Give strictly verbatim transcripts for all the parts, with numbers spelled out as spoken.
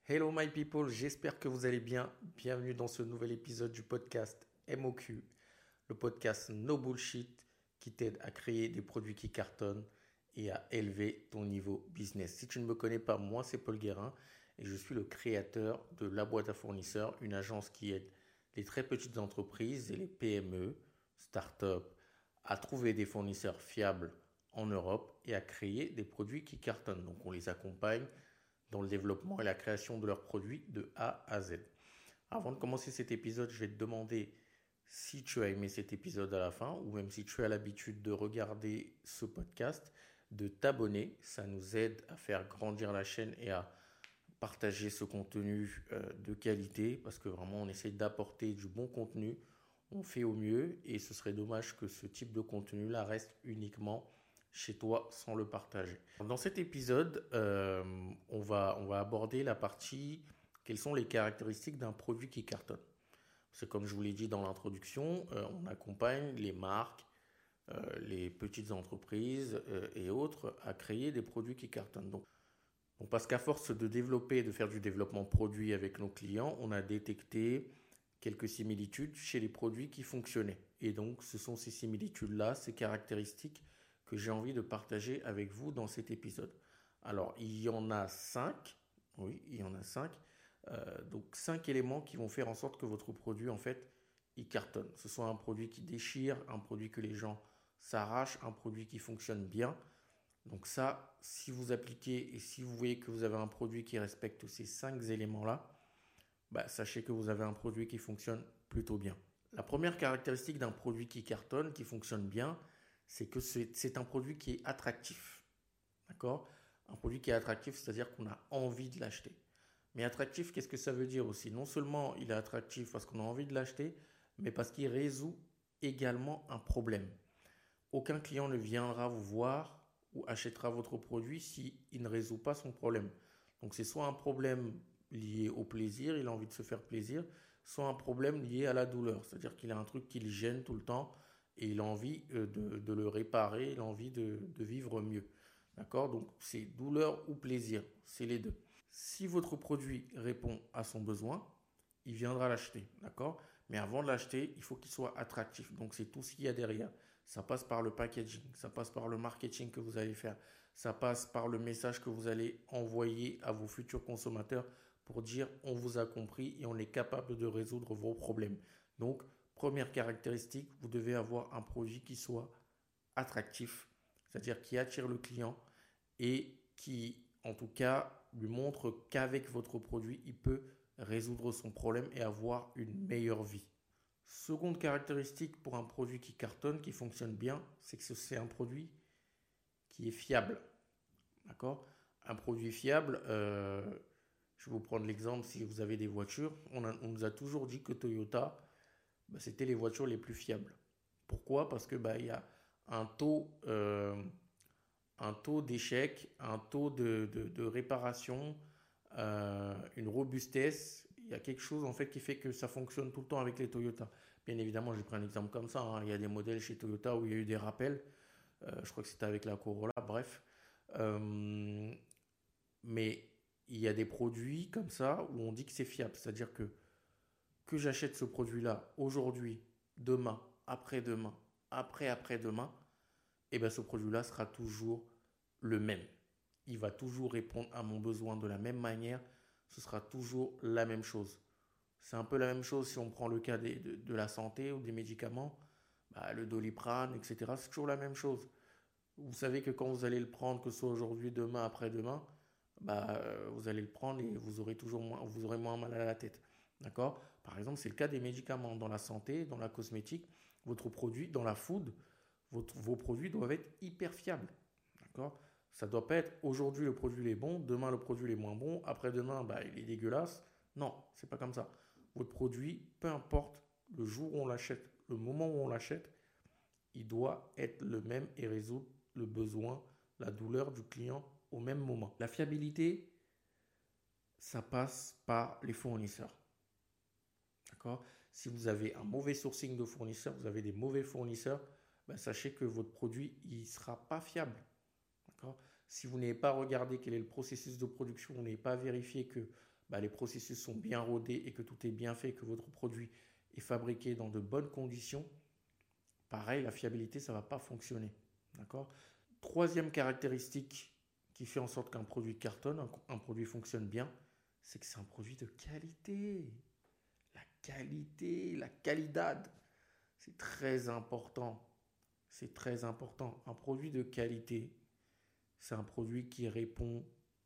Hello my people, j'espère que vous allez bien. Bienvenue dans ce nouvel épisode du podcast M O Q, le podcast No Bullshit qui t'aide à créer des produits qui cartonnent et à élever ton niveau business. Si tu ne me connais pas, moi c'est Paul Guérin et je suis le créateur de La Boîte à Fournisseurs, une agence qui aide les très petites entreprises et les P M E, start-up, à trouver des fournisseurs fiables en Europe et à créer des produits qui cartonnent. Donc on les accompagne dans le développement et la création de leurs produits de A à Z. Avant de commencer cet épisode, je vais te demander si tu as aimé cet épisode à la fin ou même si tu as l'habitude de regarder ce podcast, de t'abonner. Ça nous aide à faire grandir la chaîne et à partager ce contenu euh, de qualité parce que vraiment on essaie d'apporter du bon contenu. On fait au mieux et ce serait dommage que ce type de contenu-là reste uniquement chez toi sans le partager. Dans cet épisode, euh, on va, on va aborder la partie quelles sont les caractéristiques d'un produit qui cartonne. C'est comme je vous l'ai dit dans l'introduction, euh, on accompagne les marques, euh, les petites entreprises euh, et autres à créer des produits qui cartonnent. Donc, donc parce qu'à force de développer, de faire du développement produit avec nos clients, on a détecté quelques similitudes chez les produits qui fonctionnaient. Et donc ce sont ces similitudes-là, ces caractéristiques que j'ai envie de partager avec vous dans cet épisode. Alors il y en a cinq, oui, il y en a cinq. Euh, donc cinq éléments qui vont faire en sorte que votre produit, en fait, il cartonne. Ce soit un produit qui déchire, un produit que les gens s'arrachent, un produit qui fonctionne bien. Donc ça, si vous appliquez et si vous voyez que vous avez un produit qui respecte ces cinq éléments-là, bah, sachez que vous avez un produit qui fonctionne plutôt bien. La première caractéristique d'un produit qui cartonne, qui fonctionne bien, c'est que c'est c'est un produit qui est attractif. D'accord? Un produit qui est attractif, c'est-à-dire qu'on a envie de l'acheter. Mais attractif, qu'est-ce que ça veut dire aussi? Non seulement il est attractif parce qu'on a envie de l'acheter, mais parce qu'il résout également un problème. Aucun client ne viendra vous voir ou achètera votre produit s'il ne résout pas son problème. Donc c'est soit un problème lié au plaisir, il a envie de se faire plaisir, soit un problème lié à la douleur, c'est-à-dire qu'il a un truc qui le gêne tout le temps et il a envie euh, de, de le réparer, il a envie de, de vivre mieux. D'accord? Donc c'est douleur ou plaisir, c'est les deux. Si votre produit répond à son besoin, il viendra l'acheter, d'accord? Mais avant de l'acheter, il faut qu'il soit attractif. Donc c'est tout ce qu'il y a derrière. Ça passe par le packaging, ça passe par le marketing que vous allez faire, ça passe par le message que vous allez envoyer à vos futurs consommateurs pour dire on vous a compris et on est capable de résoudre vos problèmes. Donc, première caractéristique, vous devez avoir un produit qui soit attractif, c'est-à-dire qui attire le client et qui, en tout cas, lui montre qu'avec votre produit, il peut résoudre son problème et avoir une meilleure vie. Seconde caractéristique pour un produit qui cartonne, qui fonctionne bien, c'est que c'est un produit qui est fiable. D'accord? Un produit fiable, euh, je vais vous prendre l'exemple si vous avez des voitures. On, a- on nous a toujours dit que Toyota, bah, c'était les voitures les plus fiables. Pourquoi? Parce que bah, il y a un taux, euh, un taux d'échec, un taux de, de- de réparation, euh, une robustesse. Il y a quelque chose en fait qui fait que ça fonctionne tout le temps avec les Toyota. Bien évidemment, j'ai pris un exemple comme ça, hein. Il y a des modèles chez Toyota où il y a eu des rappels. Euh, je crois que c'était avec la Corolla, bref. Euh, mais il y a des produits comme ça où on dit que c'est fiable. C'est-à-dire que que j'achète ce produit-là aujourd'hui, demain, après-demain, après-après-demain, et bien ce produit-là sera toujours le même. Il va toujours répondre à mon besoin de la même manière. Ce sera toujours la même chose. C'est un peu la même chose si on prend le cas des- de, de la santé ou des médicaments. Bah, le Doliprane, et cetera. C'est toujours la même chose. Vous savez que quand vous allez le prendre, que ce soit aujourd'hui, demain, après-demain, bah, euh, vous allez le prendre et vous aurez toujours moins, vous aurez moins mal à la tête. D'accord? Par exemple, c'est le cas des médicaments. Dans la santé, dans la cosmétique, votre produit, dans la food, votre- vos produits doivent être hyper fiables. D'accord? Ça ne doit pas être aujourd'hui le produit est bon, demain le produit est moins bon, après-demain bah, il est dégueulasse. Non, c'est pas comme ça. Votre produit, peu importe le jour où on l'achète, le moment où on l'achète, il doit être le même et résoudre le besoin, la douleur du client au même moment. La fiabilité, ça passe par les fournisseurs. D'accord? Si vous avez un mauvais sourcing de fournisseurs, vous avez des mauvais fournisseurs, ben, sachez que votre produit il ne sera pas fiable. D'accord? Si vous n'avez pas regardé quel est le processus de production, vous n'avez pas vérifié que bah, les processus sont bien rodés et que tout est bien fait, que votre produit est fabriqué dans de bonnes conditions, pareil, la fiabilité, ça ne va pas fonctionner. D'accord ? Troisième caractéristique qui fait en sorte qu'un produit cartonne, un, un produit fonctionne bien, c'est que c'est un produit de qualité. La qualité, la qualidad, c'est très important. C'est très important. Un produit de qualité, c'est un produit qui répond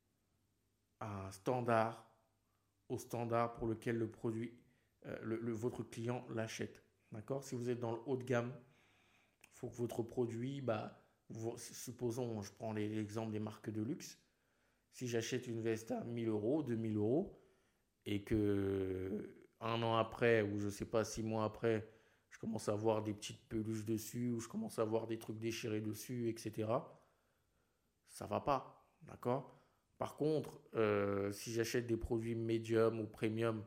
à un standard, au standard pour lequel le produit, euh, le, le, votre client l'achète. D'accord ? Si vous êtes dans le haut de gamme, il faut que votre produit, bah, vous, supposons, je prends l'exemple des marques de luxe, si j'achète une veste à mille euros, deux mille euros, et que un an après, ou je ne sais pas, six mois après, je commence à voir des petites peluches dessus, ou je commence à voir des trucs déchirés dessus, et cetera, ça ne va pas, d'accord ? Par contre, euh, si j'achète des produits médium ou premium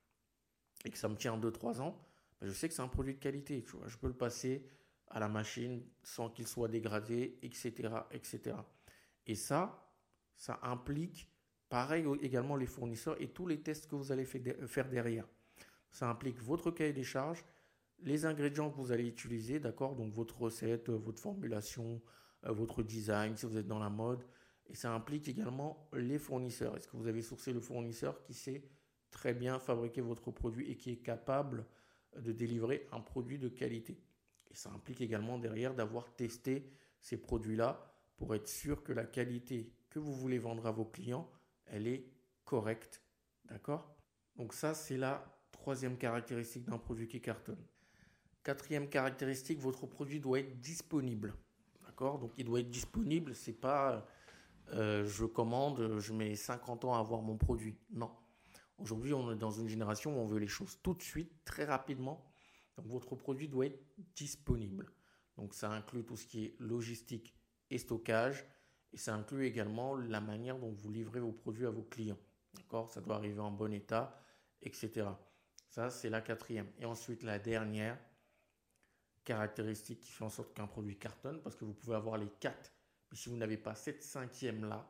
et que ça me tient deux trois ans, ben je sais que c'est un produit de qualité. Tu vois. Je peux le passer à la machine sans qu'il soit dégradé, et cetera, et cetera. Et ça, ça implique, pareil également les fournisseurs et tous les tests que vous allez faire derrière. Ça implique votre cahier des charges, les ingrédients que vous allez utiliser, d'accord ? Donc votre recette, votre formulation, votre design, si vous êtes dans la mode. Et ça implique également les fournisseurs. Est-ce que vous avez sourcé le fournisseur qui sait très bien fabriquer votre produit et qui est capable de délivrer un produit de qualité ? Et ça implique également derrière d'avoir testé ces produits-là pour être sûr que la qualité que vous voulez vendre à vos clients, elle est correcte. D'accord ? Donc ça, c'est la troisième caractéristique d'un produit qui cartonne. Quatrième caractéristique, votre produit doit être disponible. D'accord ? Donc il doit être disponible, c'est pas euh, je commande, je mets cinquante ans à avoir mon produit. Non. Aujourd'hui, on est dans une génération où on veut les choses tout de suite, très rapidement. Donc votre produit doit être disponible. Donc ça inclut tout ce qui est logistique et stockage. Et ça inclut également la manière dont vous livrez vos produits à vos clients. D'accord ? Ça doit arriver en bon état, et cetera. Ça, c'est la quatrième. Et ensuite, la dernière caractéristique qui fait en sorte qu'un produit cartonne, parce que vous pouvez avoir les quatre, mais si vous n'avez pas cette cinquième-là,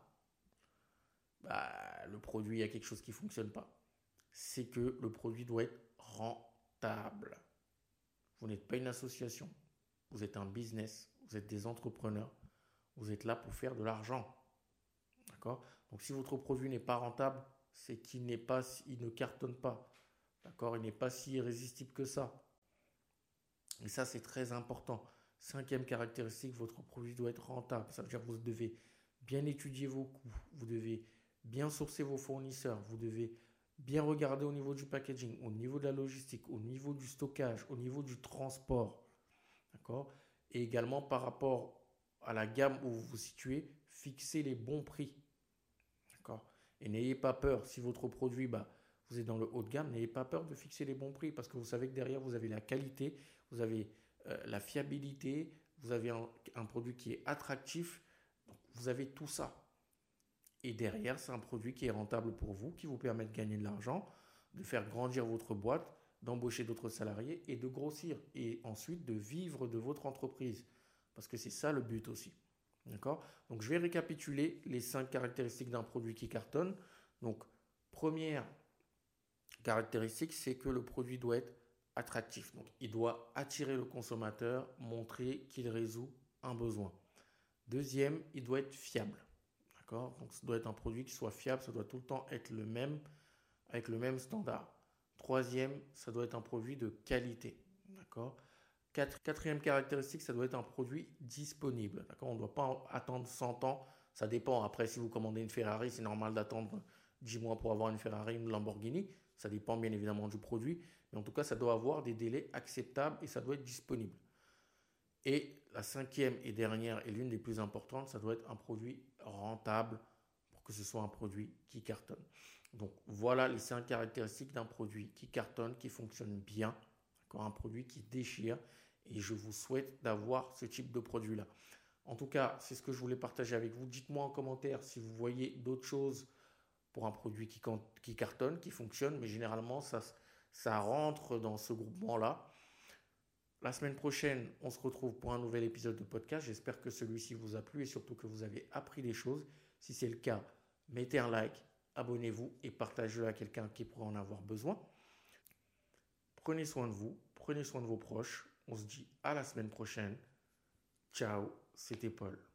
bah, le produit, il y a quelque chose qui ne fonctionne pas. C'est que le produit doit être rentable. Vous n'êtes pas une association, vous êtes un business, vous êtes des entrepreneurs, vous êtes là pour faire de l'argent. D'accord ? Donc si votre produit n'est pas rentable, c'est qu'il n'est pas, il ne cartonne pas. D'accord ? Il n'est pas si irrésistible que ça. Et ça, c'est très important. Cinquième caractéristique, votre produit doit être rentable. Ça veut dire que vous devez bien étudier vos coûts, vous devez bien sourcer vos fournisseurs, vous devez bien regarder au niveau du packaging, au niveau de la logistique, au niveau du stockage, au niveau du transport. D'accord ? Et également par rapport à la gamme où vous vous situez, fixez les bons prix. D'accord ? Et n'ayez pas peur, si votre produit, bah, vous êtes dans le haut de gamme, n'ayez pas peur de fixer les bons prix parce que vous savez que derrière, vous avez la qualité, vous avez euh, la fiabilité, vous avez un, un produit qui est attractif, donc vous avez tout ça. Et derrière, c'est un produit qui est rentable pour vous, qui vous permet de gagner de l'argent, de faire grandir votre boîte, d'embaucher d'autres salariés et de grossir. Et ensuite, de vivre de votre entreprise. Parce que c'est ça le but aussi. D'accord ? Donc, je vais récapituler les cinq caractéristiques d'un produit qui cartonne. Donc, première caractéristique, c'est que le produit doit être attractif. Donc, il doit attirer le consommateur, montrer qu'il résout un besoin. Deuxième, il doit être fiable. D'accord ? Donc, ça doit être un produit qui soit fiable, ça doit tout le temps être le même, avec le même standard. Troisième, ça doit être un produit de qualité. D'accord ? Quatrième caractéristique, ça doit être un produit disponible. D'accord ? On ne doit pas attendre cent ans. Ça dépend. Après, si vous commandez une Ferrari, c'est normal d'attendre dix mois pour avoir une Ferrari, une Lamborghini. Ça dépend bien évidemment du produit. Mais en tout cas, ça doit avoir des délais acceptables et ça doit être disponible. Et la cinquième et dernière et l'une des plus importantes, ça doit être un produit rentable pour que ce soit un produit qui cartonne. Donc voilà les cinq caractéristiques d'un produit qui cartonne, qui fonctionne bien, un produit qui déchire. Et je vous souhaite d'avoir ce type de produit-là. En tout cas, c'est ce que je voulais partager avec vous. Dites-moi en commentaire si vous voyez d'autres choses pour un produit qui, qui cartonne, qui fonctionne. Mais généralement, ça, ça rentre dans ce groupement-là. La semaine prochaine, on se retrouve pour un nouvel épisode de podcast. J'espère que celui-ci vous a plu et surtout que vous avez appris des choses. Si c'est le cas, mettez un like, abonnez-vous et partagez-le à quelqu'un qui pourrait en avoir besoin. Prenez soin de vous, prenez soin de vos proches. On se dit à la semaine prochaine. Ciao, c'était Paul.